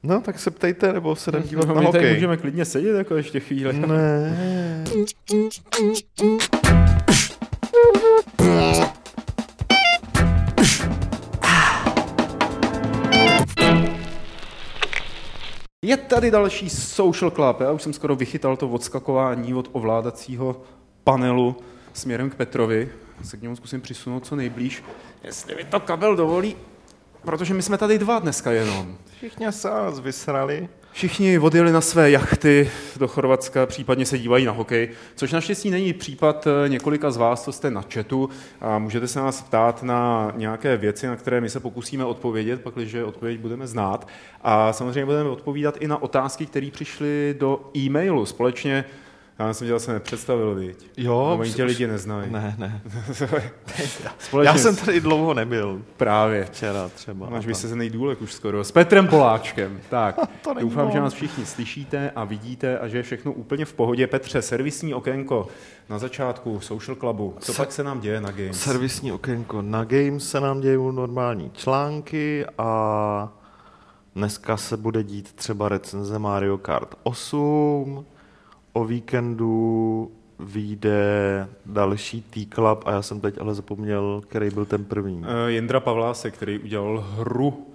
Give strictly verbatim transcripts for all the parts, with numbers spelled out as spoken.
No, tak se ptejte, nebo se jdem dívat no, na my hokej. tady můžeme klidně sedět jako ještě chvíli. Ne. Je tady další Social Club. Já už jsem skoro vychytal to odskakování od ovládacího panelu směrem k Petrovi. Se k němu zkusím přisunout co nejblíž. Jestli mi to kabel dovolí, protože my jsme tady dva dneska jenom. Všichni se nás vysrali. Všichni odjeli na své jachty do Chorvatska, případně se dívají na hokej, což naštěstí není případ několika z vás, co jste na chatu a můžete se nás ptát na nějaké věci, na které my se pokusíme odpovědět, pakliže odpověď budeme znát. A samozřejmě budeme odpovídat i na otázky, které přišly do e-mailu společně. Já jsem dělal, se nepředstavil, viď? Jo. No, oni tě lidi neznají. Ne, ne. Společně Já jsem tady dlouho nebyl. Právě. Včera třeba. Máš vysezený důlek už skoro. S Petrem Poláčkem. Tak, to doufám, že nás všichni slyšíte a vidíte a že je všechno úplně v pohodě. Petře, servisní okénko na začátku Social Clubu. Co Se- pak se nám děje na Games? Servisní okénko na Games se nám dějí normální články a dneska se bude dít třeba recenze Mario Kart osm. O víkendu vyjde další T-Club a já jsem teď ale zapomněl, který byl ten první. Jindra Pavlásek, který udělal hru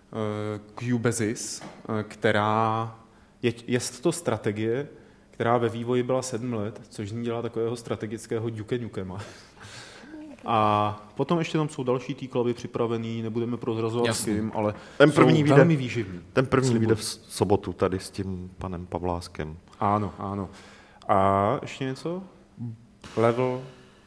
Cubesis, která je, je to strategie, která ve vývoji byla sedm let, což z ní dělá takového strategického Duke Nukema. A potom ještě tam jsou další T-Cluby připravený, nebudeme prozrazovat s tím, ale ten první jsou vyjde, velmi výživný. Ten první vyjde v sobotu tady s tím panem Pavláskem. Ano, ano. A ještě něco? Level?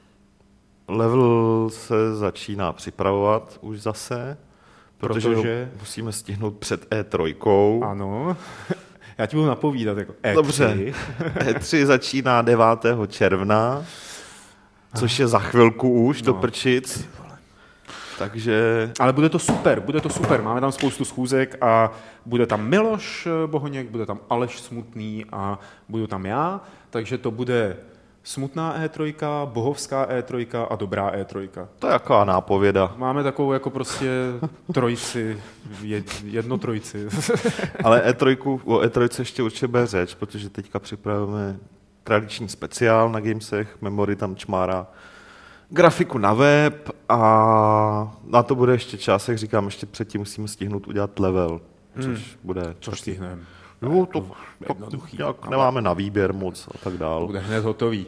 Level se začíná připravovat už zase, protože, protože... musíme stihnout před E tři. Ano. Já ti budu napovídat jako E tři. Dobře. E tři začíná devátého června, což je za chvilku už no. do prčic. Takže... Ale bude to super, bude to super. Máme tam spoustu schůzek a bude tam Miloš Bohoněk, bude tam Aleš Smutný a budu tam já, takže to bude smutná E tři, bohovská E tři a dobrá E tři. To je jaká nápověda. Máme takovou jako prostě trojici, jedno trojici. Ale E tři, o E tři ještě určitě bude řeč, protože teďka připravujeme tradiční speciál na Gamesech, Memory tam čmára grafiku na web a na to bude ještě čas, jak říkám, ještě předtím musíme stihnout udělat level, což hmm. bude... Což stihneme. Jo, to, to, to nějak nemáme na výběr moc a tak dál. Bude hned hotový.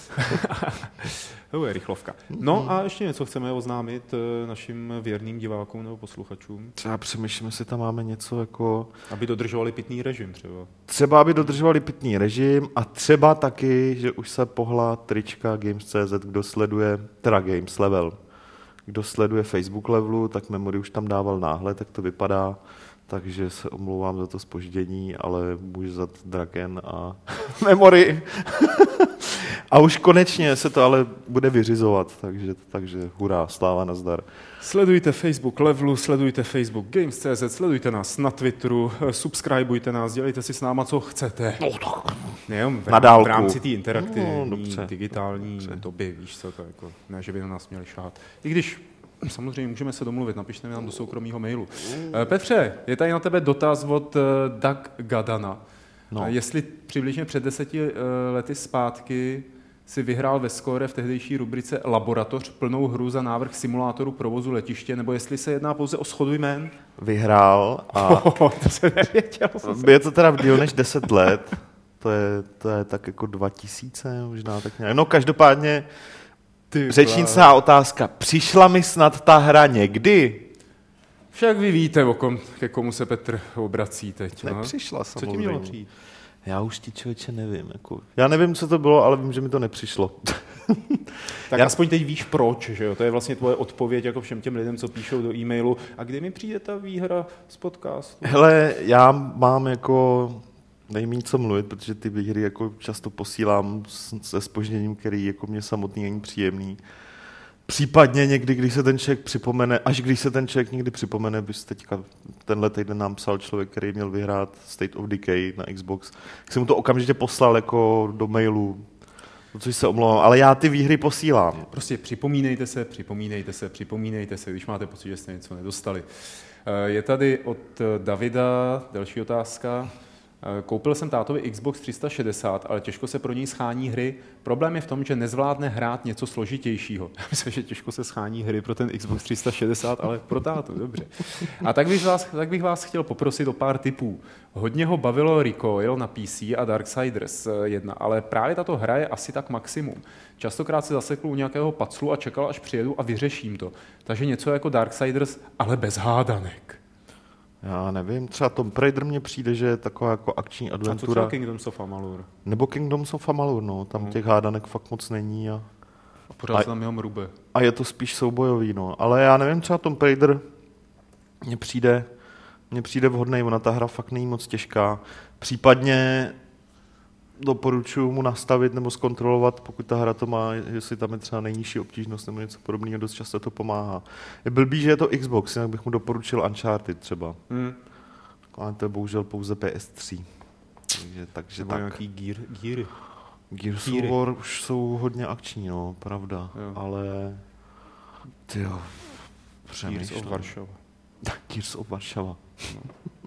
To je rychlovka. No a ještě něco chceme oznámit našim věrným divákům nebo posluchačům? Třeba přemýšlím, jestli tam máme něco jako... Aby dodržovali pitný režim třeba. Třeba, aby dodržovali pitný režim a třeba taky, že už se pohla trička Games tečka cé zet, kdo sleduje, teda Games Level, kdo sleduje Facebook Levelu, tak Memory už tam dával náhled, tak to vypadá. Takže se omlouvám za to zpoždění, ale můžu za Draken a Memory. A už konečně se to ale bude vyřizovat, takže, takže hurá, sláva nazdar. Sledujte Facebook Levelu, sledujte Facebook Games tečka cé zet, sledujte nás na Twitteru, subscribeujte nás, dělejte si s náma, co chcete. No tak. Nejenom v, na dálku. V rámci té interaktivní, no, digitální dobře. doby, víš co, to jako, ne, že by na nás měli šát. I když samozřejmě můžeme se domluvit, napište mi nám do soukromého mailu. Petře, je tady na tebe dotaz od Doug Gadana. No. Jestli přibližně před deseti lety zpátky si vyhrál ve skóre v tehdejší rubrice Laboratoř plnou hru za návrh simulátoru provozu letiště, nebo jestli se jedná pouze o shodu jmén? Vyhrál a oh, to se nevěděl. Je to teda v díl než deset let, to je, to je tak jako dva tisíce možná tak nějak. No každopádně řečnická otázka, přišla mi snad ta hra někdy? Však vy víte, o kom, ke komu se Petr obrací teď. Nepřišla no? samozřejmě. Co ti mělo přijít? Já už ti člověče nevím. Jako. Já nevím, co to bylo, ale vím, že mi to nepřišlo. Tak Já... aspoň teď víš proč, že jo? To je vlastně tvoje odpověď jako všem těm lidem, co píšou do e-mailu. A kdy mi přijde ta výhra z podcastu? Hele, já mám jako nejméně co mluvit, protože ty výhry jako často posílám se zpožděním, který jako mě samotný není příjemný. Případně někdy, když se ten člověk připomene, až když se ten člověk někdy připomene, bys teďka tenhle týden nám psal člověk, který měl vyhrát State of Decay na Xbox, tak jsem mu to okamžitě poslal jako do mailu, což se omlouvám, ale já ty výhry posílám. Prostě připomínejte se, připomínejte se, připomínejte se, když máte pocit, že jste něco nedostali. Je tady od Davida další otázka. Koupil jsem tátovi Xbox tři sta šedesát, ale těžko se pro něj schání hry. Problém je v tom, že nezvládne hrát něco složitějšího. Já myslím, že těžko se schání hry pro ten Xbox tři sta šedesát, ale pro tátu, dobře. A tak bych vás, tak bych vás chtěl poprosit o pár tipů. Hodně ho bavilo Recoil na P C a Darksiders jedna, ale právě tato hra je asi tak maximum. Častokrát se zasekl u nějakého paclu a čekal, až přijedu a vyřeším to. Takže něco jako Darksiders, ale bez hádanek. Já nevím, třeba Tomb Raider mně přijde, že je taková jako akční adventura. A co třeba Kingdoms of Amalur? Nebo Kingdoms of Amalur, no, tam uh-huh. těch hádanek fakt moc není. A, a pořád se tam jeho mrube. A je to spíš soubojový, no. Ale já nevím, třeba Tomb Raider mně přijde, mně přijde vhodnej, ona ta hra fakt není moc těžká. Případně doporučuji mu nastavit nebo zkontrolovat, pokud ta hra to má, jestli tam je třeba nejnižší obtížnost nebo něco podobného, dost často to pomáhá. Je blbý, že je to Xbox, jinak bych mu doporučil Uncharted třeba. Hmm. Ale to je bohužel pouze P S tři. Takže, takže nebo tak. nějaký Gear, Geary. Gears of War už jsou hodně akční, no, pravda, jo. Ale tyjo, Gears of Waršava. Gears of Waršava. No.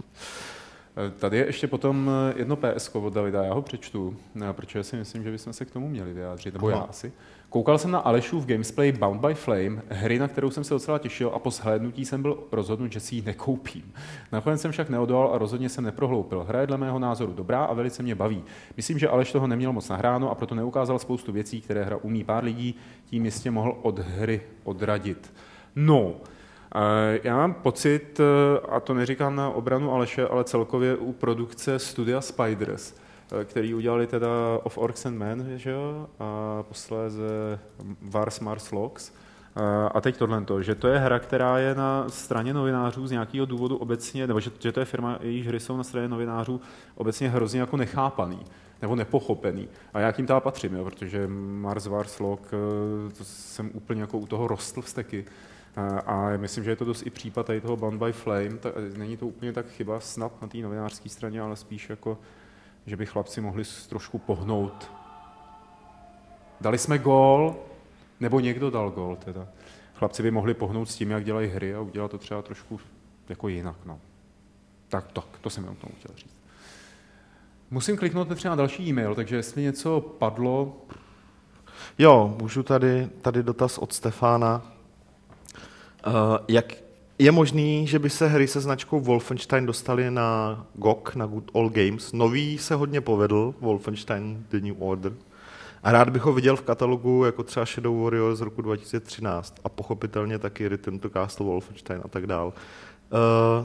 Tady je ještě potom jedno P S ko od Davida, já ho přečtu, protože si myslím, že bychom se k tomu měli vyjádřit, nebo já asi. Koukal jsem na Alešův gamesplay Bound by Flame, hry, na kterou jsem se docela těšil a po shlédnutí jsem byl rozhodnut, že si ji nekoupím. Nakonec jsem však neodolal a rozhodně jsem neprohloupil. Hra je dle mého názoru dobrá a velice mě baví. Myslím, že Aleš toho neměl moc nahráno a proto neukázal spoustu věcí, které hra umí. Pár lidí tím jistě mohl od hry odradit. No, já mám pocit, a to neříkám na obranu Aleše, ale celkově u produkce studia Spiders, který udělali teda Of Orcs and Men, že jo, a posléze Wars Mars Logs. A teď tohle, že to je hra, která je na straně novinářů z nějakého důvodu obecně, nebo že, že to je firma, jejíž hry jsou na straně novinářů obecně hrozně jako nechápaný nebo nepochopený. A já tím teda patřím, jo, protože Mars Wars Log, to jsem úplně jako u toho rostl vzteky. A myslím, že je to dost i případ tady toho Bound by Flame. Není to úplně tak chyba snad na té novinářské straně, ale spíš jako, že by chlapci mohli trošku pohnout. Dali jsme gól, nebo někdo dal gól teda. Chlapci by mohli pohnout s tím, jak dělají hry a udělat to třeba trošku jako jinak. No. Tak, tak, to jsem jenom k tomu chtěl říct. Musím kliknout třeba na další e-mail, takže jestli něco padlo... Jo, můžu tady, tady dotaz od Stefána. Uh, jak je možný, že by se hry se značkou Wolfenstein dostaly na G O G, na Good Old Games? Nový se hodně povedl, Wolfenstein The New Order. A rád bych ho viděl v katalogu jako třeba Shadow Warrior z roku dva tisíce třináct a pochopitelně taky Return to Castle Wolfenstein a tak dál. Uh,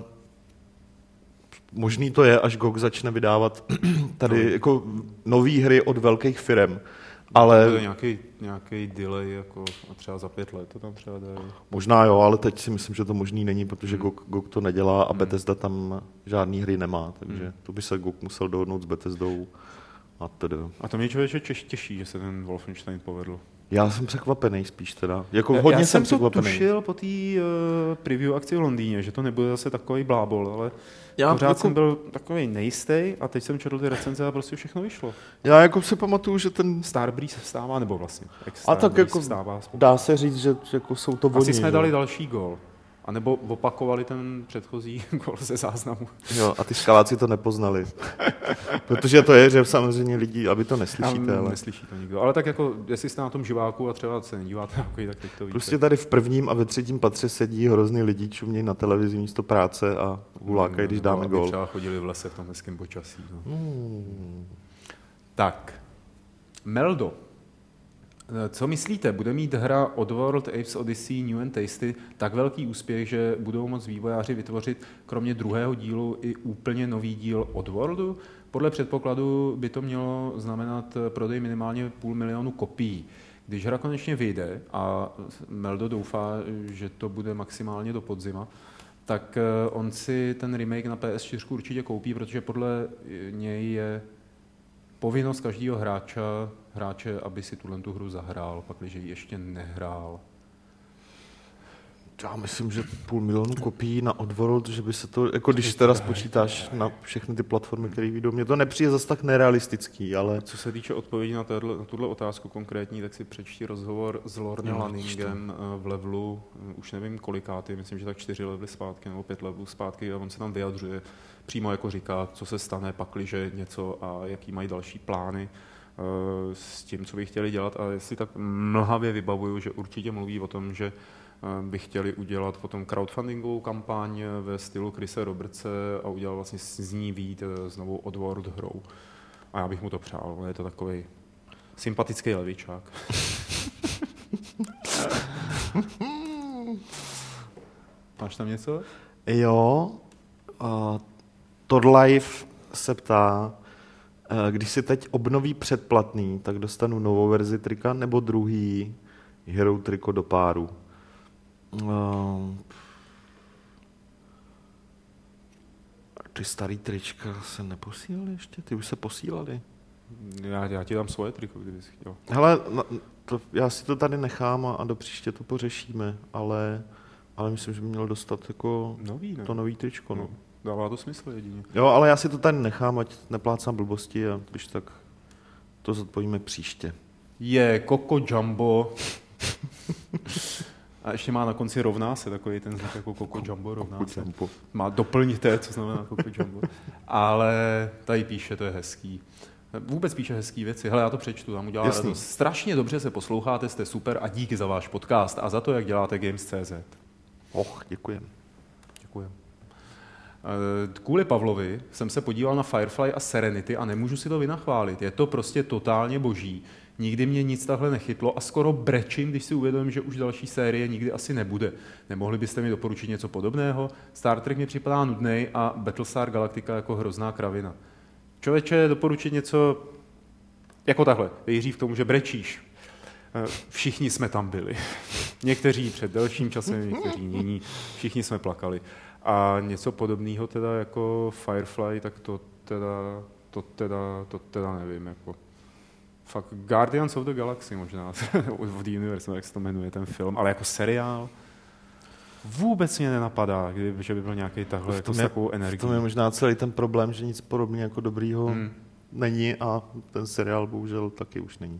možný to je, až G O G začne vydávat tady jako nový hry od velkých firem. Ale to je nějaký, nějaký delay, jako třeba za pět let to tam třeba dají. Možná jo, ale teď si myslím, že to možný není, protože hmm. G O G to nedělá a hmm. Bethesda tam žádný hry nemá, takže hmm. to by se G O G musel dohodnout s Bethesdou a tedy. A to mě člověče těší, že se ten Wolfenstein povedl. Já jsem překvapený spíš teda. Jako hodně Já jsem jsem to překvapený. tušil po té uh, preview akci v Londýně, že to nebude zase takový blábol, ale já pořád jako... jsem byl takový nejistý a teď jsem četl ty recenze a prostě všechno vyšlo. Já jako si pamatuju, že ten... Starbreeze vstává, nebo vlastně. A tak jako vstává, dá se říct, že jako jsou to oni. Asi jsme dali další gól. A nebo opakovali ten předchozí gól ze záznamu. Jo, a ty škaláci to nepoznali. Protože to je, že samozřejmě lidi, aby to neslyšíte. Ale... Neslyší to nikdo. Ale tak jako, jestli jste na tom živáku a třeba se nedíváte, tak teď to víte. Prostě tady v prvním a ve třetím patře sedí hrozný lidi, čumějí na televizi místo práce a hulákají, když dáme gól. Třeba chodili v lese v tom hezkém počasí. No. Hmm. Tak, Meldo. Co myslíte, bude mít hra Oddworld Apes Odyssey New and Tasty tak velký úspěch, že budou moct vývojáři vytvořit kromě druhého dílu i úplně nový díl Oddworldu? Podle předpokladu by to mělo znamenat prodej minimálně půl milionu kopií. Když hra konečně vyjde, a Meldo doufá, že to bude maximálně do podzima, tak on si ten remake na P S čtyři určitě koupí, protože podle něj je povinnost každého hráče, hráče, aby si tuhle tu hru zahrál, pakliže ji ještě nehrál. Já myslím, že půl milionu kopií na Oddworld, že by se to, jako když teda spočítáš na všechny ty platformy, které vyjdou, mně to nepřijde zase tak nerealistický, ale... Co se týče odpovědi na, téhle, na tuhle otázku konkrétní, tak si přečti rozhovor s Lornem Lanningem v levelu, už nevím kolikátý, myslím, že tak čtyři levely zpátky nebo pět levelů zpátky a on se tam vyjadřuje, přímo jako říká, co se stane, pakliže něco a jaký mají další plány s tím, co by chtěli dělat. A jestli tak mlhavě vybavuju, že určitě mluví o tom, že by chtěli udělat potom crowdfundingovou kampaň ve stylu Chrise Robertse a udělat vlastně z ní vyjít znovu Oddworld hrou. A já bych mu to přál, je to takový sympatický levičák. Máš tam něco? Jo. Uh, Todlife se ptá, uh, když si teď obnoví předplatný, tak dostanu novou verzi trika nebo druhý Hero triko do páru. Uh, ty starý trička se neposílaly ještě? Ty už se posílaly? Já, já ti dám svoje triko, kdybys chtěl. Hele, to, já si to tady nechám a, a do příště to pořešíme, ale, ale myslím, že by měl dostat jako nový, ne? To nový tričko. No. No, dává to smysl jedině. Jo, ale já si to tady nechám, ať neplácám blbosti a když tak to zodpovíme příště. Je Coco Jumbo. A ještě má na konci rovná se, takový ten znak jako Coco Jumbo rovná Coco se. Jumbo. Má doplňte, co znamená Coco Jumbo. Ale tady píše, to je hezký. Vůbec píše hezký věci. Hele, já to přečtu, tam udělá radost. Strašně dobře se posloucháte, jste super a díky za váš podcast a za to, jak děláte Games tečka cé zet. Och, děkujem. Děkujem. Kvůli Pavlovi jsem se podíval na Firefly a Serenity a nemůžu si to vynachválit. Je to prostě totálně boží. Nikdy mě nic takhle nechytlo a skoro brečím, když si uvědomím, že už další série nikdy asi nebude. Nemohli byste mi doporučit něco podobného? Star Trek mi připadá nudnej a Battlestar Galactica jako hrozná kravina. Člověče, doporučit něco jako takhle. Věří v tomu, že brečíš. Všichni jsme tam byli. Někteří před delším časem, někteří nyní. Všichni jsme plakali. A něco podobného teda jako Firefly, tak to teda, to teda, to teda nevím. Jako. Fakt Guardians of the Galaxy možná, of the Universe, jak se to jmenuje ten film, ale jako seriál. Vůbec mě nenapadá, kdyby, že by byl nějaký takhle jako s takovou energií. To je možná celý ten problém, že nic podobného jako dobrýho hmm. není a ten seriál bohužel taky už není.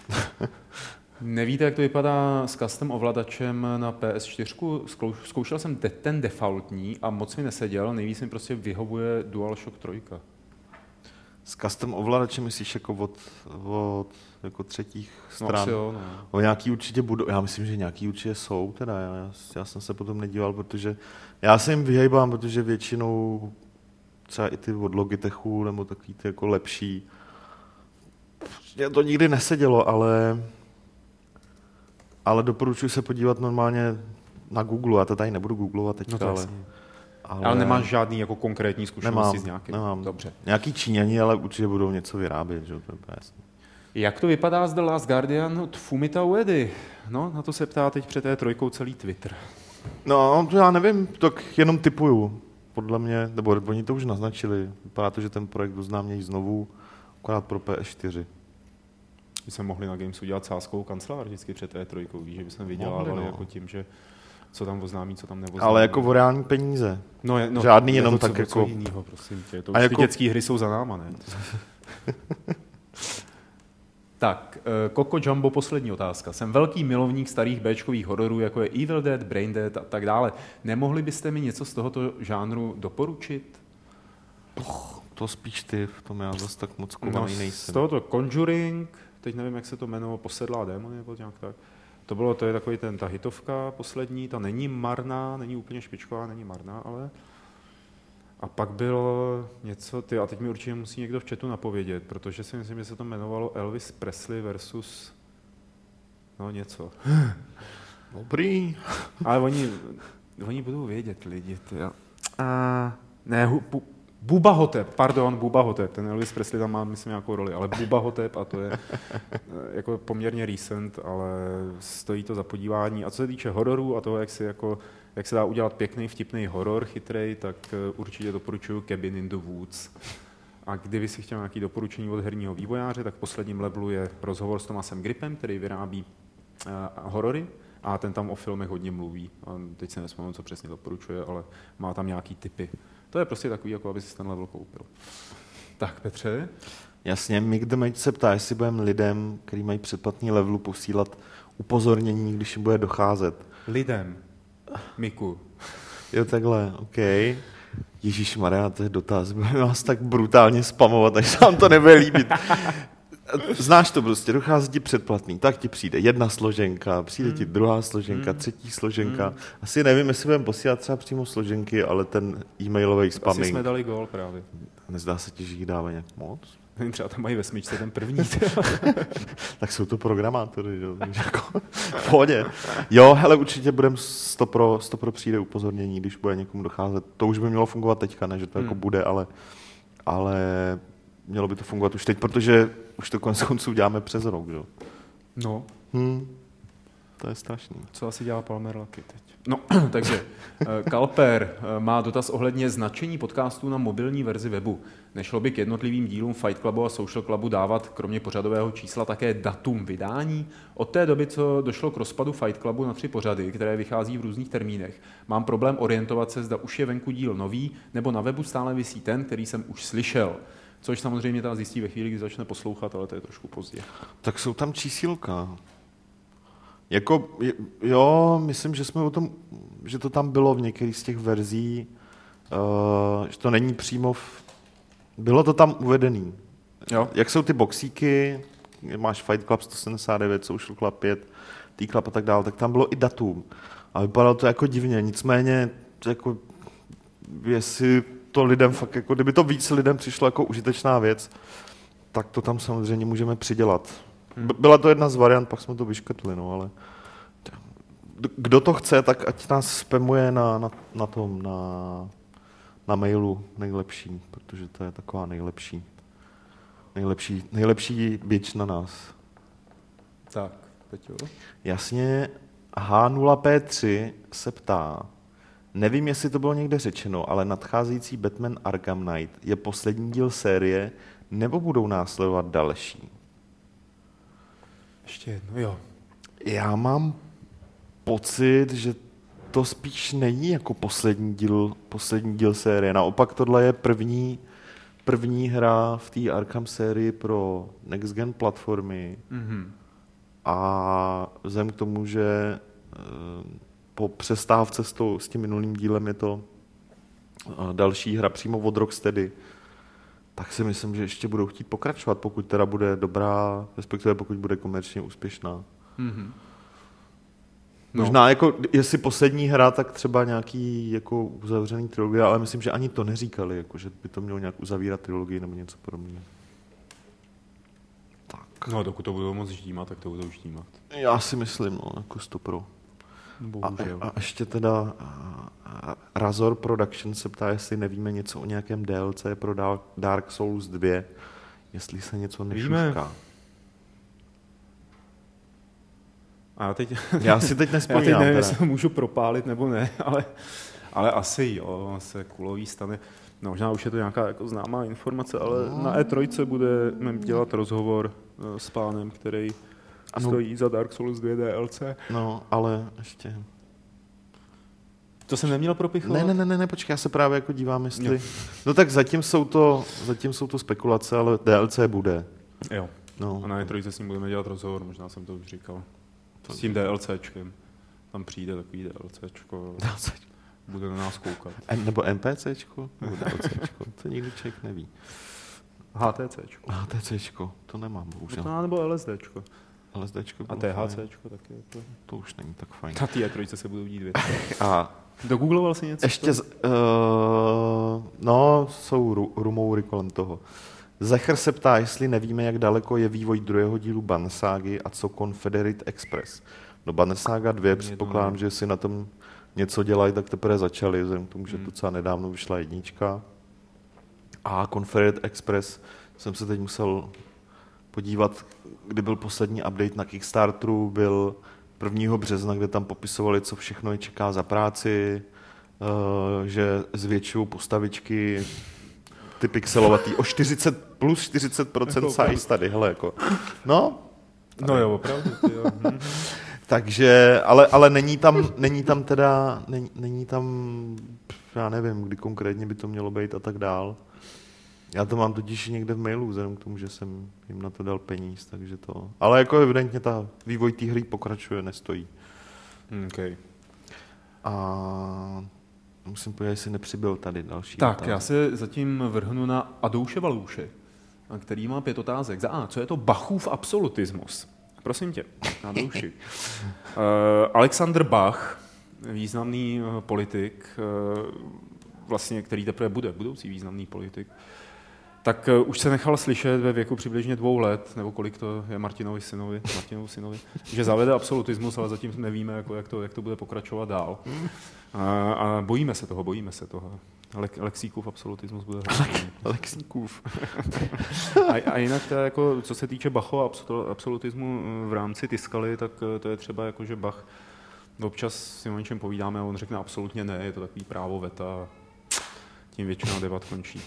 Nevíte, jak to vypadá s custom ovladačem na P S čtyři? Zkoušel jsem de- ten defaultní a moc mi neseděl, nejvíc mi prostě vyhovuje DualShock tři. S custom ovladačem myslíš jako od, od jako třetích stran? No, jo, no. O nějaký určitě budou, já myslím, že nějaký určitě jsou, teda já, já jsem se potom nedíval, protože já se jim vyhejbám, protože většinou třeba i ty od Logitechu nebo takový ty jako lepší. Mně to nikdy nesedělo, ale ale doporučuji se podívat normálně na Google, já to tady nebudu googlovat teďka, no ale, ale... Ale nemáš žádný jako konkrétní zkušenosti nemám, s nějakým? Nemám. Dobře. Nějaký Číňani, ale určitě budou něco vyrábět, že to je jasný. Jak to vypadá z The Last Guardian od Fumita Uedy? No, na to se ptá teď před té trojkou celý Twitter. No, to já nevím, tak jenom tipuju. Podle mě, nebo oni to už naznačili. Vypadá to, že ten projekt oznámějí znovu, akorát pro P S čtyři. My jsme mohli na Games udělat sázkovou kancelář vždycky před té trojkou, víš, že bychom vydělávali no. jako tím, že co tam oznámí, co tam neoznámí. Ale jako o reální peníze. No, je, no, žádný jenom to, tak co, jako... Co jinýho, prosím tě. To už jako... ty dětský hry jsou za náma, ne? Tak, Coco Jumbo, poslední otázka. Jsem velký milovník starých béčkových hororů, jako je Evil Dead, Brain Dead a tak dále. Nemohli byste mi něco z tohoto žánru doporučit? Oh, to spíš ty, v tom já zase tak moc kovaný no, nejsem. Z tohoto Conjuring, teď nevím, jak se to jmenovalo, Posedlá démony nebo nějak tak. To bylo, to je takový ten, ta hitovka poslední, ta není marná, není úplně špičková, není marná, ale... A pak bylo něco, ty, a teď mi určitě musí někdo v chatu napovědět, protože si myslím, že se to jmenovalo Elvis Presley versus... No něco. Dobrý. Ale oni, oni budou vědět lidi, ty, jo. A, ne, hu, bu, Bubba Hotep, pardon, Bubba Hotep, ten Elvis Presley tam má, myslím, nějakou roli, ale Bubba Hotep, a to je jako poměrně recent, ale stojí to za podívání. A co se týče hororů a toho, jak, si jako, jak se dá udělat pěkný, vtipný horor, chytrej, tak určitě doporučuji Cabin in the Woods. A kdyby si chtěl nějaké doporučení od herního vývojáře, tak v posledním levelu je rozhovor s Tomasem Gripem, který vyrábí uh, horory. A ten tam o filmech hodně mluví. A teď se nevzpomínám, co přesně doporučuje, ale má tam nějaký tipy. To je prostě takový, jako aby si ten level koupil. Tak, Petře? Jasně, Mick the Mage se ptá, jestli budeme lidem, kteří mají předplatný levelu, posílat upozornění, když jim bude docházet. Lidem. Miku. Jo, takhle, OK. Ježišmarja, to je dotaz. Budeme vás tak brutálně spamovat, až se vám to nebude líbit. Znáš to prostě, dochází ti předplatný, tak ti přijde jedna složenka, přijde ti druhá složenka, třetí složenka. Asi nevím, jestli budeme posílat třeba přímo složenky, ale ten e-mailový spamming. Asi jsme dali gól právě. Nezdá se ti, že jich dávají nějak moc? Třeba tam mají ve smyčce ten první. Tak jsou to programátory, jo, takže jako v pohodě. Jo, hele, určitě budeme sto pro, sto pro přijde upozornění, když bude někomu docházet. To už by mělo fungovat teďka, ne, že to hmm. jako bude, ale, ale mělo by to fungovat už teď, protože už to konec konců děláme přes rok, jo. No. Hmm. To je strašný. Co asi dělá Palmer Lucky teď? No, takže Kalper má dotaz ohledně značení podcastů na mobilní verzi webu. Nešlo by k jednotlivým dílům Fight Clubu a Social Clubu dávat kromě pořadového čísla také datum vydání? Od té doby, co došlo k rozpadu Fight Clubu na tři pořady, které vychází v různých termínech, mám problém orientovat se, zda už je venku díl nový, nebo na webu stále visí ten, který jsem už slyšel. Což samozřejmě ta zjistí ve chvíli, kdy začne poslouchat, ale to je trošku pozdě. Tak jsou tam čísílka. Jako, jo, myslím, že jsme o tom, že to tam bylo v některých z těch verzí, uh, že to není přímo v, bylo to tam uvedený. Jo. Jak jsou ty boxíky, máš Fight Club sto sedmdesát devět, Social Club pět, T-Club a tak dále, tak tam bylo i datum. A vypadalo to jako divně, nicméně, jako, jestli to lidem fakt, jako, kdyby to víc lidem přišlo jako užitečná věc, tak to tam samozřejmě můžeme přidělat. Byla to jedna z variant, pak jsme to vyškrtli, no, ale kdo to chce, tak ať nás spamuje na, na, na tom, na, na mailu nejlepší, protože to je taková nejlepší, nejlepší, nejlepší bič na nás. Tak, Peťo. Jasně, H nula P tři se ptá, nevím, jestli to bylo někde řečeno, ale nadcházející Batman Arkham Knight je poslední díl série, nebo budou následovat další? Ještě jedno, jo. Já mám pocit, že to spíš není jako poslední díl, poslední díl série. Naopak tohle je první, první hra v té Arkham sérii pro Next Gen platformy. Mm-hmm. A vzhledem k tomu, že po přestávce s, to, s tím minulým dílem je to další hra přímo od Rocksteady, tak si myslím, že ještě budou chtít pokračovat, pokud teda bude dobrá, respektive pokud bude komerčně úspěšná. Mm-hmm. No. Možná jako, jestli poslední hra, tak třeba nějaký jako uzavřený trilogie, ale myslím, že ani to neříkali, jako, že by to mělo nějak uzavírat trilogii nebo něco podobného. Tak. No, dokud to budou moc ždímat, tak to budou ždímat. Já si myslím, no, jako sto pro. A, a ještě teda a, Razor Production se ptá, jestli nevíme něco o nějakém D L C pro Dark Souls dva, jestli se něco nešušká. A já, teď, já si teď nespomínám. Já teď nevím, jestli můžu propálit nebo ne, ale, ale asi jo, se kulový stane. No, možná už je to nějaká jako známá informace, ale no. Na E tři budeme dělat rozhovor s pánem, který ano. Stojí za Dark Souls dva D L C. No, ale ještě... To jsem neměl propichovat? Ne, ne, ne, ne, počkej, já se právě jako dívám, jestli... Jo. No tak zatím jsou to, zatím jsou to spekulace, ale D L C bude. Jo. No. A na E tři s ním budeme dělat rozhovor, možná jsem to už říkal. S tím DLCčkem. Tam přijde takový DLCčko. DLCčko. Bude na nás koukat. N, nebo NPCčko? Nebo DLCčko? To nikdy člověk neví. HTCčko. HTCčko, to nemám, bohužel. To nebo LSDčko. LSDčko a THCčko taky. To... to už není tak fajn. Na té E tři se budou dít věci. A dogoogloval jsi něco? Ještě, z, uh, no, jsou ru, rumoury kolem toho. Zecher se ptá, jestli nevíme, jak daleko je vývoj druhého dílu Bannerságy a co Confederate Express. No Bannersaga dva, předpokládám, že si na tom něco dělají, tak teprve začali, vzhledem k tomu, že docela nedávno vyšla jednička. A Confederate Express jsem se teď musel podívat, kdy byl poslední update na Kickstarteru, byl prvního března, kde tam popisovali, co všechno je čeká za práci, že zvětšují postavičky, ty pixelovatý, o čtyřicet plus čtyřicet procent size tady, hele, jako. No. No jo, opravdu, ty jo. Takže, ale, ale není tam, není tam teda, není, není tam, já nevím, kdy konkrétně by to mělo být a tak dál. Já to mám totiž někde v mailu, vzhledem k tomu, že jsem jim na to dal peníz, takže to... Ale jako evidentně ta vývoj té hry pokračuje, nestojí. Okay. A musím podívat, jestli nepřibyl tady další Tak, otázky. já se zatím vrhnu na Adouše Valouše, který má pět otázek. Za A, co je to Bachův absolutismus? Prosím tě, Adouši. uh, Alexander Bach, významný uh, politik, uh, vlastně, který teprve bude, budoucí významný politik, tak uh, už se nechal slyšet ve věku přibližně dvou let, nebo kolik to je Martinovi synovi, Martinovi synovi, že zavede absolutismus, ale zatím nevíme, jako, jak, to, jak to bude pokračovat dál. A, a bojíme se toho, bojíme se toho. Le, Lexíkův absolutismus bude hrozný. Lexíkův. a, a jinak teda, jako, co se týče Bachova absolutismu v rámci Tiskaly, tak to je třeba, jako, že Bach občas si o něčem povídáme a on řekne absolutně ne, je to takový právo veta a tím většina debat končí.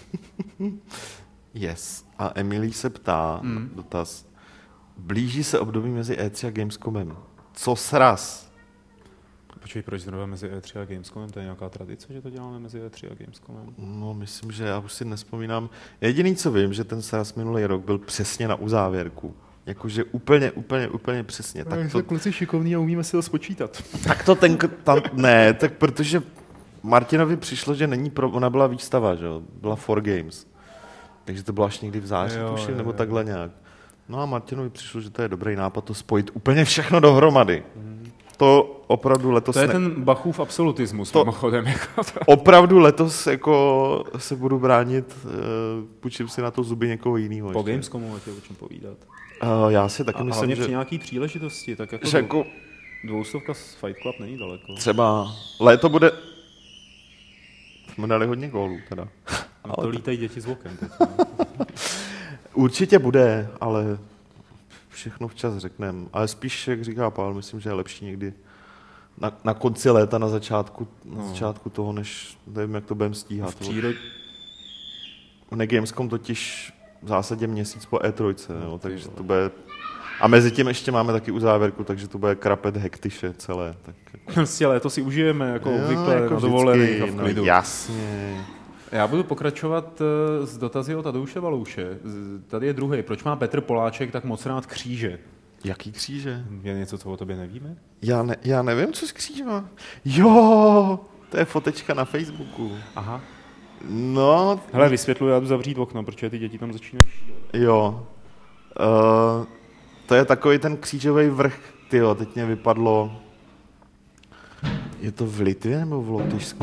Yes. A Emilí se ptá, mm. dotaz, blíží se období mezi E tři a Gamescomem. Co sraz? Počkej, proč zrovna mezi E tři a Gamescomem? To je nějaká tradice, že to děláme mezi E tři a Gamescomem? No, myslím, že já už si nespomínám. Jediný, co vím, že ten sraz minulý rok byl přesně na uzávěrku. Jakože úplně, úplně, úplně přesně. Tak to... kluci šikovní a umíme si to spočítat. Tak to ten... Tam, ne, tak protože Martinovi přišlo, že není pro... Ona byla výstava, že jo? Byla four Games. Takže to bylo až někdy v září, jo, tuším, jo, nebo jo. takhle nějak. No a Martinovi přišlo, že to je dobrý nápad to spojit úplně všechno dohromady. Mm. To opravdu letos... To je ne... ten Bachův absolutismus, to... mimochodem. Jako to... Opravdu letos jako se budu bránit, uh, půjčím si na to zuby někoho jiného. Po Gamescomu máte o čem povídat. Uh, já si taky a myslím, že... při nějaký příležitosti, tak jako, že jako... dvoustovka z Fight Club není daleko. Třeba léto bude... Jsme dali hodně gólů teda. No to lítají děti z oken teď. Určitě bude, ale všechno včas řekneme. Ale spíš, jak říká Pavel, myslím, že je lepší někdy na, na konci léta, na začátku, na no. začátku toho, než nevím, jak to budeme stíhat. V přírod... Na Gamescom totiž v zásadě měsíc po E tři, no, takže to bude... A mezi tím ještě máme taky uzávěrku, takže to bude krapet hektyše celé. Tak jako... Prostě léto si užijeme, jako jo, obvykle, jako na dovolených a v klidu. No, jasně. Já budu pokračovat s dotazy od Tadeuše Valouše. Tady je druhý. Proč má Petr Poláček tak moc rád kříže? Jaký kříže? Je něco, co o tobě nevíme? Já, ne, já nevím, co s křížema. Jo, to je fotečka na Facebooku. Aha. No. Hele, vysvětluji, já jdu zavřít okno, protože ty děti tam začínají. Jo. Uh, to je takový ten křížový vrch. Tyjo, teď mě vypadlo... Je to v Litvě nebo v Lotyšsku?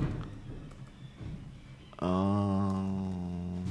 Uh,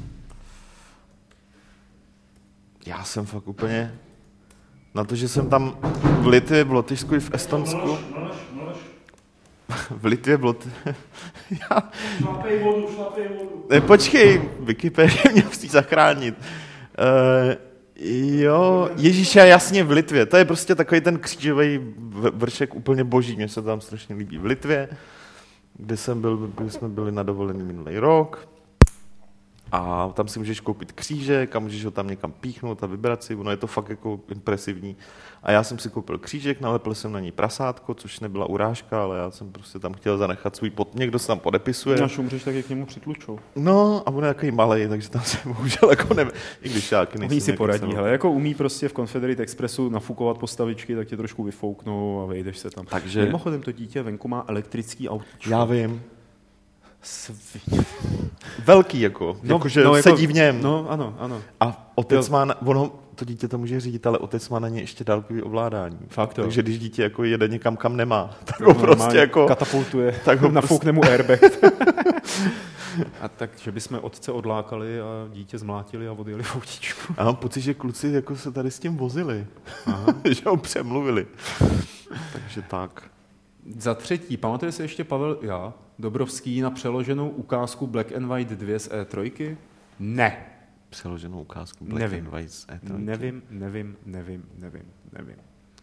já jsem fakt úplně... Na to, že jsem tam v Litvě, v Lotyšsku i v Estonsku... Mleš, mleš. V Litvě, v Lotyšsku... Já... Šlapej vodu, šlapej vodu. Ne, počkej, Wikipedie mě musí zachránit. Uh, jo, Ježíše, jasně v Litvě. To je prostě takový ten křížový vršek úplně boží. Mně se tam strašně líbí. V Litvě, kde, jsem byl, kde jsme byli na dovolený minulý rok. A tam si můžeš koupit křížek a můžeš ho tam někam píchnout a vybrat si. Ono je to fakt jako impresivní. A já jsem si koupil křížek, nalepil jsem na něj prasátko, což nebyla urážka, ale já jsem prostě tam chtěl zanechat svůj pod... Někdo se tam podepisuje. Až umřeš, tak je k němu přitlučou. No a on je takový malej, takže tam se bohužel jako nevím. I když já taky nejsem. Oni si poradí, jsem... hele, jako umí prostě v Confederate Expressu nafukovat postavičky, tak tě trošku vyfouknou a vejdeš se tam. Takže... Mimochodem to dítě venku má elektrický autíčko. Já vím. Svině. Velký jako, no, jakože no, sedí jako, v něm. No, ano, ano. A otec jo. má, na, ono, to dítě to může řídit, ale otec má na ně ještě dálkový ovládání. Fakt jo. Takže když dítě jako jede někam, kam nemá, tak ho no, prostě jako... katapultuje, tak ho nafoukne mu airbag. A tak, že bychom otce odlákali a dítě zmlátili a odjeli v autíčku. A mám pocit, že kluci jako se tady s tím vozili. Že ho přemluvili. Takže tak. Za třetí, pamatuje se ještě Pavel já, Dobrovský na přeloženou ukázku Black and White dva z E tři? Ne. Přeloženou ukázku Black nevím. and White z E tři? Nevím, nevím, nevím, nevím, nevím.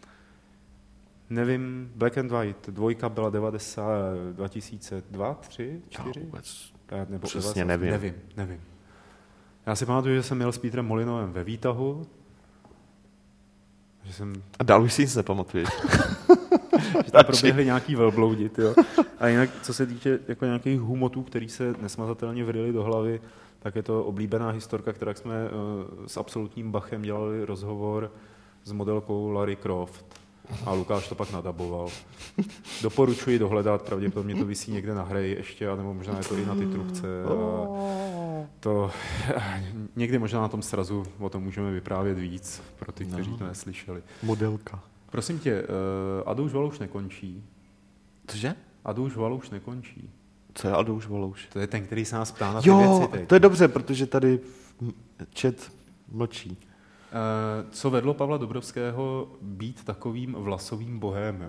Nevím, Black and White, dvojka byla devadesát, dva tisíce dva, tři, čtyři? Já vůbec Nebo přesně devadesát, nevím. Nevím, nevím. Já si pamatuju, že jsem jel s Petrem Molinovem ve výtahu. Že jsem... A dál už si nic nepamatuješ. že tam proběhly nějaký velbloudi, jo. A jinak, co se týče jako nějakých humotů, který se nesmazatelně vryly do hlavy, tak je to oblíbená historka, která jsme uh, s absolutním Bachem dělali rozhovor s modelkou Lara Croft. A Lukáš to pak nadaboval. Doporučuji dohledat, pravděpodobně to visí někde na hraji ještě, anebo možná je to i na titulce. A to, někdy možná na tom srazu o tom můžeme vyprávět víc, pro ty, kteří to neslyšeli. Modelka. Prosím tě, uh, Adouš Valouš nekončí. Cože? Adouš Valouš nekončí. Co je Adouš Valouš? To je ten, který se nás ptá na ty jo, věci teď. To je dobře, protože tady chat mlčí. Co vedlo Pavla Dobrovského být takovým vlasovým bohémem?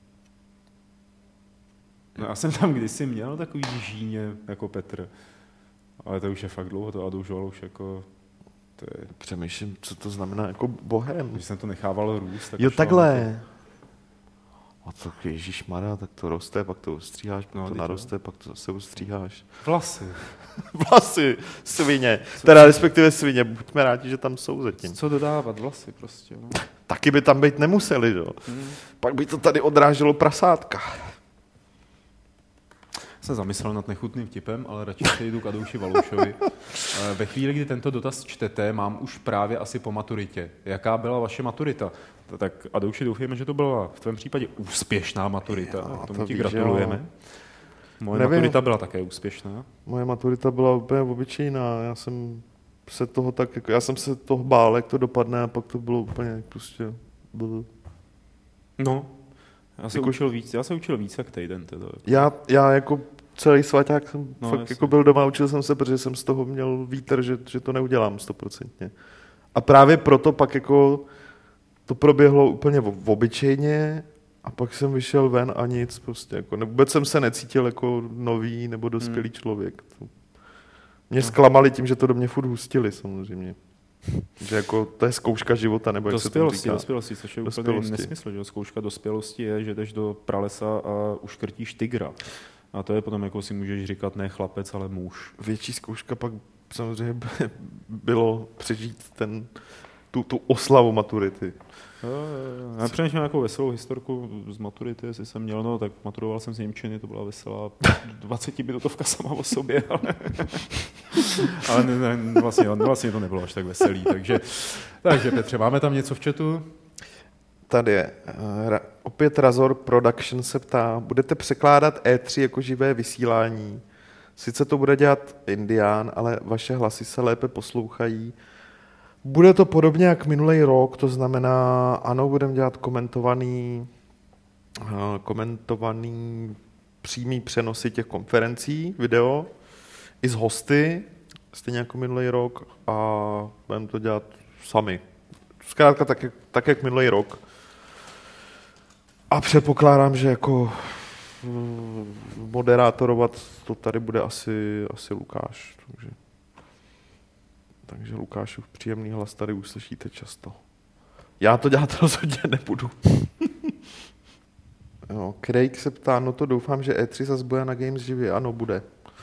No, já jsem tam kdysi měl takový žíně jako Petr, ale to už je fakt dlouho, to Adouš Valouš jako... To je... Přemýšlím, co to znamená jako bohem. Když jsem to nechával růst, tak... Jo, takhle. A to ježišmarja, tak to roste, pak to ustříháš, pak no, to naroste, pak to zase ustříháš. Vlasy. Vlasy, svině. Co teda respektive svině, buďme rádi, že tam jsou zatím. Co dodávat, vlasy prostě. No. Taky by tam být nemuseli, jo. Hmm. Pak by to tady odráželo prasátka. Jsem zamyslel nad nechutným vtipem, ale radši se jdu k Adouši Valoušovi. Ve chvíli, kdy tento dotaz čtete, mám už právě asi po maturitě. Jaká byla vaše maturita? Tak Adouši, doufujeme, že to byla v tvém případě úspěšná maturita. Jo, k tomu to ti víš, gratulujeme. Jo. Moje Nevím. maturita byla také úspěšná. Moje maturita byla úplně obyčejná. Já jsem se toho tak, jako, já jsem se toho bál, jak to dopadne, a pak to bylo úplně prostě... Bylo. No, já se jako, učil víc, já se učil víc jak týden. Teda. Já, já jako celý svaťák jsem no, fakt jako byl doma, učil jsem se, protože jsem z toho měl vítr, že, že to neudělám stoprocentně. A právě proto pak jako to proběhlo úplně obyčejně a pak jsem vyšel ven a nic prostě. Jako, vůbec jsem se necítil jako nový nebo dospělý hmm. člověk. Mě no. zklamali tím, že to do mě furt hustili samozřejmě. Že jako to je zkouška života, nebo jak se to říká. Dospělosti, což je úplně nesmysl. Že? Zkouška dospělosti je, že jdeš do pralesa a uškrtíš tygra. A to je potom, jako si můžeš říkat, ne chlapec, ale muž. Větší zkouška pak samozřejmě bylo přežít ten, tu, tu oslavu maturity. Jo, jo, jo. Já přemýšlím nějakou veselou historku z maturity, jestli jsem měl, no, tak maturoval jsem z němčiny, to byla veselá dvacetiminutovka sama o sobě, ale, ale ne, ne, vlastně, vlastně to nebylo až tak veselý. Takže, takže Petře, máme tam něco v chatu? Tady je. Opět Razor Production se ptá, budete překládat E tři jako živé vysílání? Sice to bude dělat Indián, ale vaše hlasy se lépe poslouchají. Bude to podobně jak minulý rok, to znamená, ano, budeme dělat komentovaný, komentovaný přímý přenosy těch konferencí, video, i z hosty, stejně jako minulý rok, a budeme to dělat sami. Zkrátka tak, tak jak minulý rok. A předpokládám, že jako moderátorovat to tady bude asi, asi Lukáš. Takže, takže Lukášův příjemný hlas tady uslyšíte často. Já to dělat rozhodně nebudu. Jo, Craig se ptá, no to doufám, že E tři zase bude na Games živě. Ano, bude.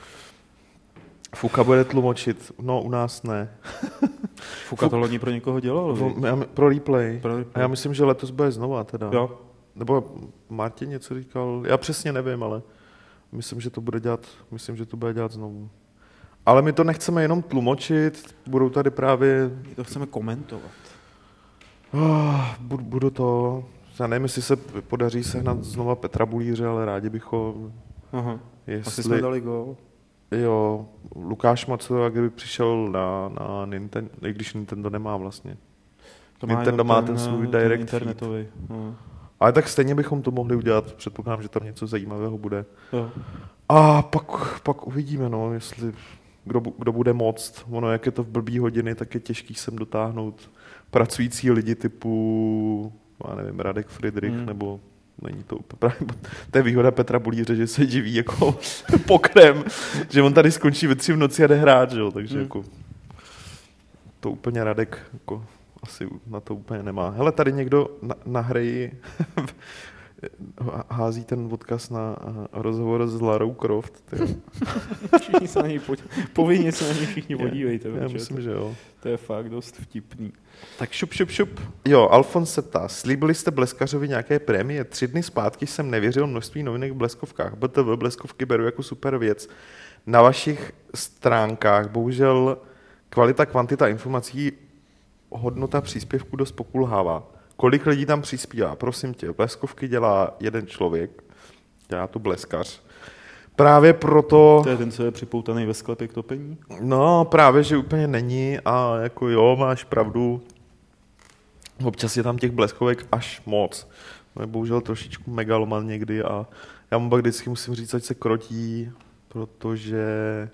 Fuka bude tlumočit. No, u nás ne. Fuka to loni pro někoho dělal? Pro, pro replay. Pro replay. A já myslím, že letos bude znova teda. Jo. Nebo Martin něco říkal, já přesně nevím, ale myslím, že to bude dělat, myslím, že to bude dělat znovu. Ale my to nechceme jenom tlumočit, budou tady právě... My to chceme komentovat. Oh, budu, budu to... Já nevím, jestli se podaří sehnat znova Petra Bulíře, ale rádi bychom... Aha, jestli... asi jsme dali gól. Jo, Lukáš Macura, kdyby přišel na, na Nintendo, i když Nintendo nemá vlastně. To má Nintendo má ten, ten svůj ten direct internetový. No. Ale tak stejně bychom to mohli udělat, předpokládám, že tam něco zajímavého bude. Jo. A pak, pak uvidíme, no, jestli kdo, kdo bude moct. Ono, jak je to v blbý hodiny, tak je těžký sem dotáhnout pracující lidi typu, já nevím, Radek Friedrich, hmm. nebo není to úplně právě, to je výhoda Petra Bulíře, že se živí jako pokrem, že on tady skončí ve tři v noci a jde hrát, že jo, takže hmm. jako to úplně Radek jako asi na to úplně nemá. Hele, tady někdo na, na hry hází ten odkaz na rozhovor s Larou Croft. Všichni se na něj pod... povinně se na něj všichni podívejte. Já myslím, to, že jo. To je fakt dost vtipný. Tak šup, šup, šup. Jo, Alfons se ptá, slíbili jste Bleskařovi nějaké prémie? Tři dny zpátky jsem nevěřil množství novinek v Bleskovkách. B T V Bleskovky beru jako super věc. Na vašich stránkách bohužel kvalita, kvantita informací, hodnota příspěvku dost pokulhává. Kolik lidí tam přispívá? Prosím tě, Bleskovky dělá jeden člověk, dělá to Bleskař. Právě proto... To je ten, co je připoutaný ve sklepě k topení? No, právě, že úplně není a jako jo, máš pravdu. Občas je tam těch bleskovek až moc. To je bohužel trošičku megaloman někdy a já mu pak vždycky musím říct, ať se krotí, protože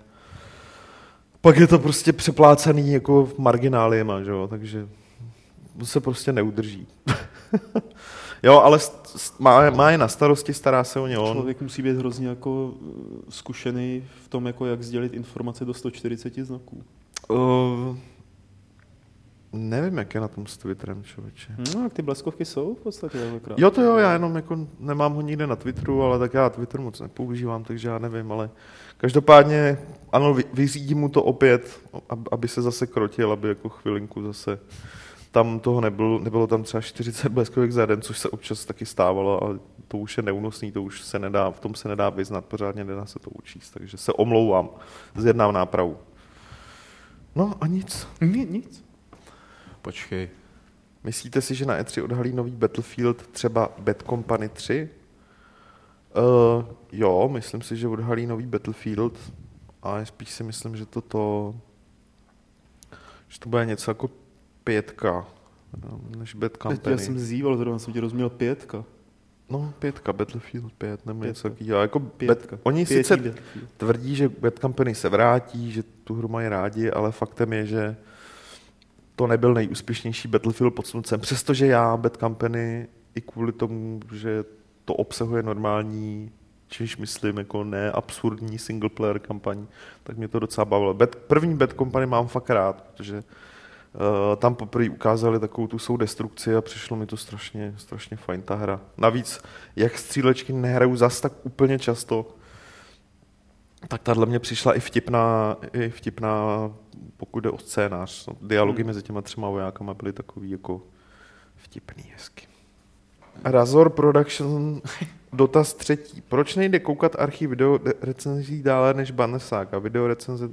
pak je to prostě přeplácaný jako margináliema, že jo, takže se prostě neudrží. Jo, ale má, má je na starosti, stará se o ně on. Člověk musí být hrozně jako zkušený v tom, jako jak sdělit informace do sto čtyřicet znaků. Uh, nevím, jak je na tom s Twitterem, člověče. No, jak ty bleskovky jsou v podstatě. Jako jo, to jo, já jenom jako nemám ho nikde na Twitteru, ale tak já Twitter moc nepoužívám, takže já nevím, ale každopádně, ano, vyřídím mu to opět, aby se zase krotil, aby jako chvilinku zase tam toho nebylo, nebylo tam třeba čtyřicet bleskovek za den, což se občas taky stávalo, ale to už je neúnosný, to už se nedá, v tom se nedá vyznat, pořádně nedá se to učíst, takže se omlouvám, zjednám nápravu. No a nic. Ni, nic. Počkej. Myslíte si, že na E tři odhalí nový Battlefield, třeba Bad Company tři? Uh, jo, myslím si, že odhalí nový Battlefield, ale spíš si myslím, že to to, že to bude něco jako pětka, než Bad Company. Já jsem zýval, zrovna jsem ti rozuměl pětka. No, pětka, Battlefield pět, nebo něco takového. Jako pětka. Bad, oni sice tvrdí, že Bad Company se vrátí, že tu hru mají rádi, ale faktem je, že to nebyl nejúspěšnější Battlefield pod sluncem. Přestože já Bad Company i kvůli tomu, že to obsahuje normální, čímž myslím, jako ne absurdní single player kampaň, tak mě to docela bavilo. Bad, první Bad Company mám fakt rád, protože Uh, tam poprvé ukázali takovou tu svou destrukci a přišlo mi to strašně, strašně fajn ta hra. Navíc, jak střílečky nehraju zas tak úplně často, tak tahle mě přišla i vtipná, i vtipná, pokud jde o scénář. No, dialogy hmm. mezi těma třema vojákama byly takový jako vtipný, hezky. Razor Production, dotaz třetí. Proč nejde koukat archiv video recenzí dále než Bannersaga? Video recenze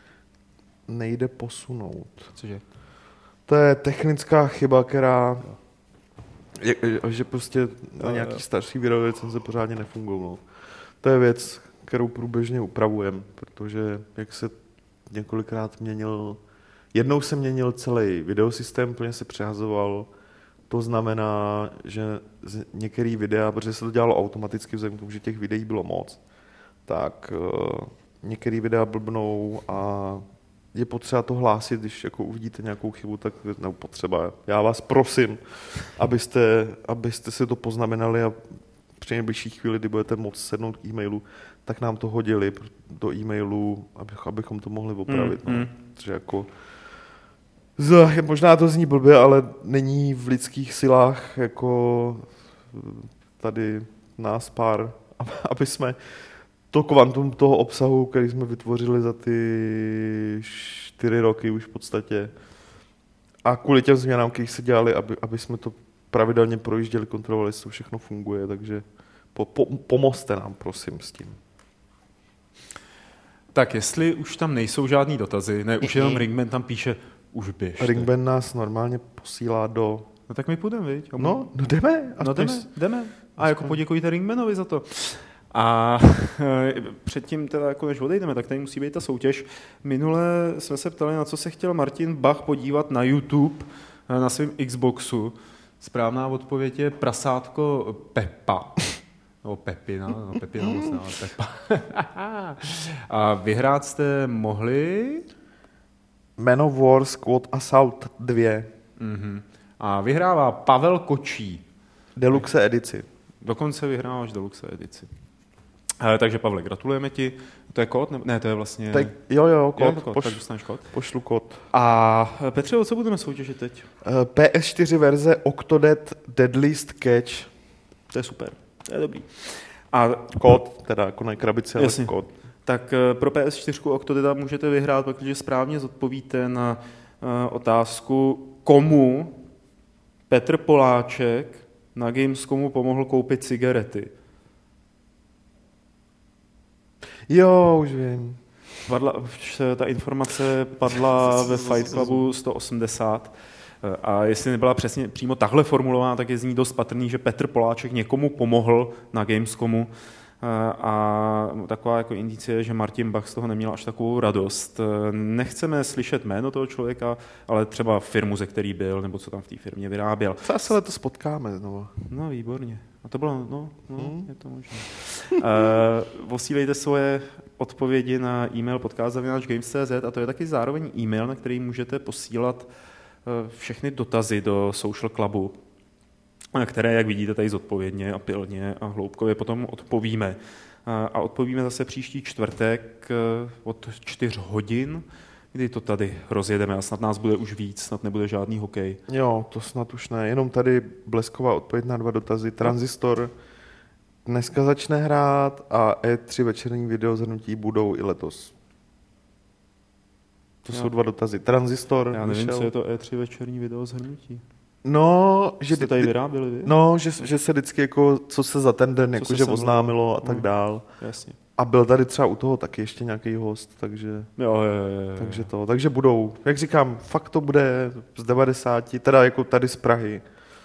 nejde posunout. Cože? To je technická chyba, která je, že prostě na nějaký starší video recenze pořádně nefungují. No. To je věc, kterou průběžně upravujeme, protože jak se několikrát měnil, jednou se měnil celý videosystém, plně se přehazoval, to znamená, že z některý videa, protože se to dělalo automaticky, vzhledem k tomu, že těch videí bylo moc, tak uh, některý videa blbnou a je potřeba to hlásit, když jako uvidíte nějakou chybu, tak nebo potřeba. Já vás prosím, abyste, abyste si to poznamenali a při nejbližší chvíli, kdy budete moct sednout k e-mailu, tak nám to hodili do e-mailu, abych, abychom to mohli opravit. Mm, no. mm. Protože jako, z, možná to zní blbě, ale není v lidských silách jako tady nás pár, aby jsme to kvantum toho obsahu, který jsme vytvořili za ty čtyři roky už v podstatě. A kvůli těm změnám, které se dělali, aby, aby jsme to pravidelně projížděli, kontrolovali, jestli to všechno funguje. Takže po, po, pomozte nám, prosím, s tím. Tak jestli už tam nejsou žádný dotazy, ne, už jenom Ringman tam píše, už běžte. Ringman nás normálně posílá do... No tak my půjdeme, viď? No, no jdeme. No jdeme, jdeme. A jako poděkujte Ringmanovi za to. A předtím, teda, jako než odejdeme, tak tady musí být ta soutěž. Minule jsme se ptali, na co se chtěl Martin Bach podívat na YouTube, na svém Xboxu. Správná odpověď je prasátko Peppa. Nebo Pepina, no Pepina musná, ale Peppa. A vyhrát jste mohli... Man of War Squad Assault dva. Mm-hmm. A vyhrává Pavel Kočí. Deluxe edici. Dokonce vyhráváš Deluxe edici. E, takže Pavle, gratulujeme ti. To je kód? Ne, ne to je vlastně... Tak, jo, jo, kód. Jo, kód. Poš, tak dostaneš kód. Pošlu kód. A Petře, o co budeme soutěžit teď? P S čtyři verze Octodad Deadliest Catch. To je super. To je dobrý. A Kód, teda jako na krabici, ale jasně. kód. Tak pro P S čtyři Octodeda můžete vyhrát, protože správně zodpovíte na uh, otázku, komu Petr Poláček na Gamescomu pomohl koupit cigarety. Jo, už vím. Padla, ta informace padla ve Fight Clubu sto osmdesát a jestli nebyla přesně přímo takhle formulovaná, tak je z ní dost patrný, že Petr Poláček někomu pomohl na Gamescomu a taková jako indicie, že Martin Bach z toho neměl až takovou radost. Nechceme slyšet jméno toho člověka, ale třeba firmu, ze který byl, nebo co tam v té firmě vyráběl. Co se letos potkáme znovu. No, výborně. A to bylo, no, no hmm. je to možné. uh, posílejte svoje odpovědi na e-mail podcast zavináč games tečka cé zet a to je taky zároveň e-mail, na který můžete posílat uh, všechny dotazy do Social Clubu, které, jak vidíte, tady zodpovědně a pilně a hloubkově potom odpovíme. A odpovíme zase příští čtvrtek od čtyř hodin, kdy to tady rozjedeme a snad nás bude už víc, snad nebude žádný hokej. Jo, to snad už ne, jenom tady blesková odpověď na dva dotazy. Tranzistor dneska začne hrát a E tři večerní videozhrnutí budou i letos. To jo. Jsou dva dotazy. Tranzistor Já nevím, vyšel. co je to E tři večerní videozhrnutí. No, že jste tady vyráběli vy? No, že, že se vždycky jako, co se za ten den jako, že oznámilo a tak dál. Jasně. A byl tady třeba u toho taky ještě nějaký host, takže, jo, jo, jo, jo. takže to, takže budou, jak říkám, fakt to bude z devadesáti, teda jako tady z Prahy,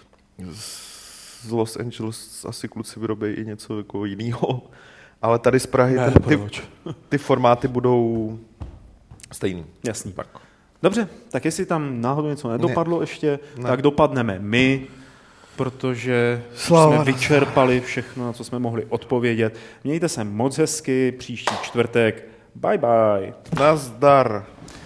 z Los Angeles asi kluci vyrobí i něco jako jiného, ale tady z Prahy ne, ten, ty, ty formáty budou stejný. Jasný. Tak. Dobře, tak jestli tam náhodou něco nedopadlo ne. ještě, ne. tak dopadneme my, protože Sláva jsme vyčerpali všechno, na co jsme mohli odpovědět. Mějte se moc hezky, příští čtvrtek. Bye bye. Nazdar.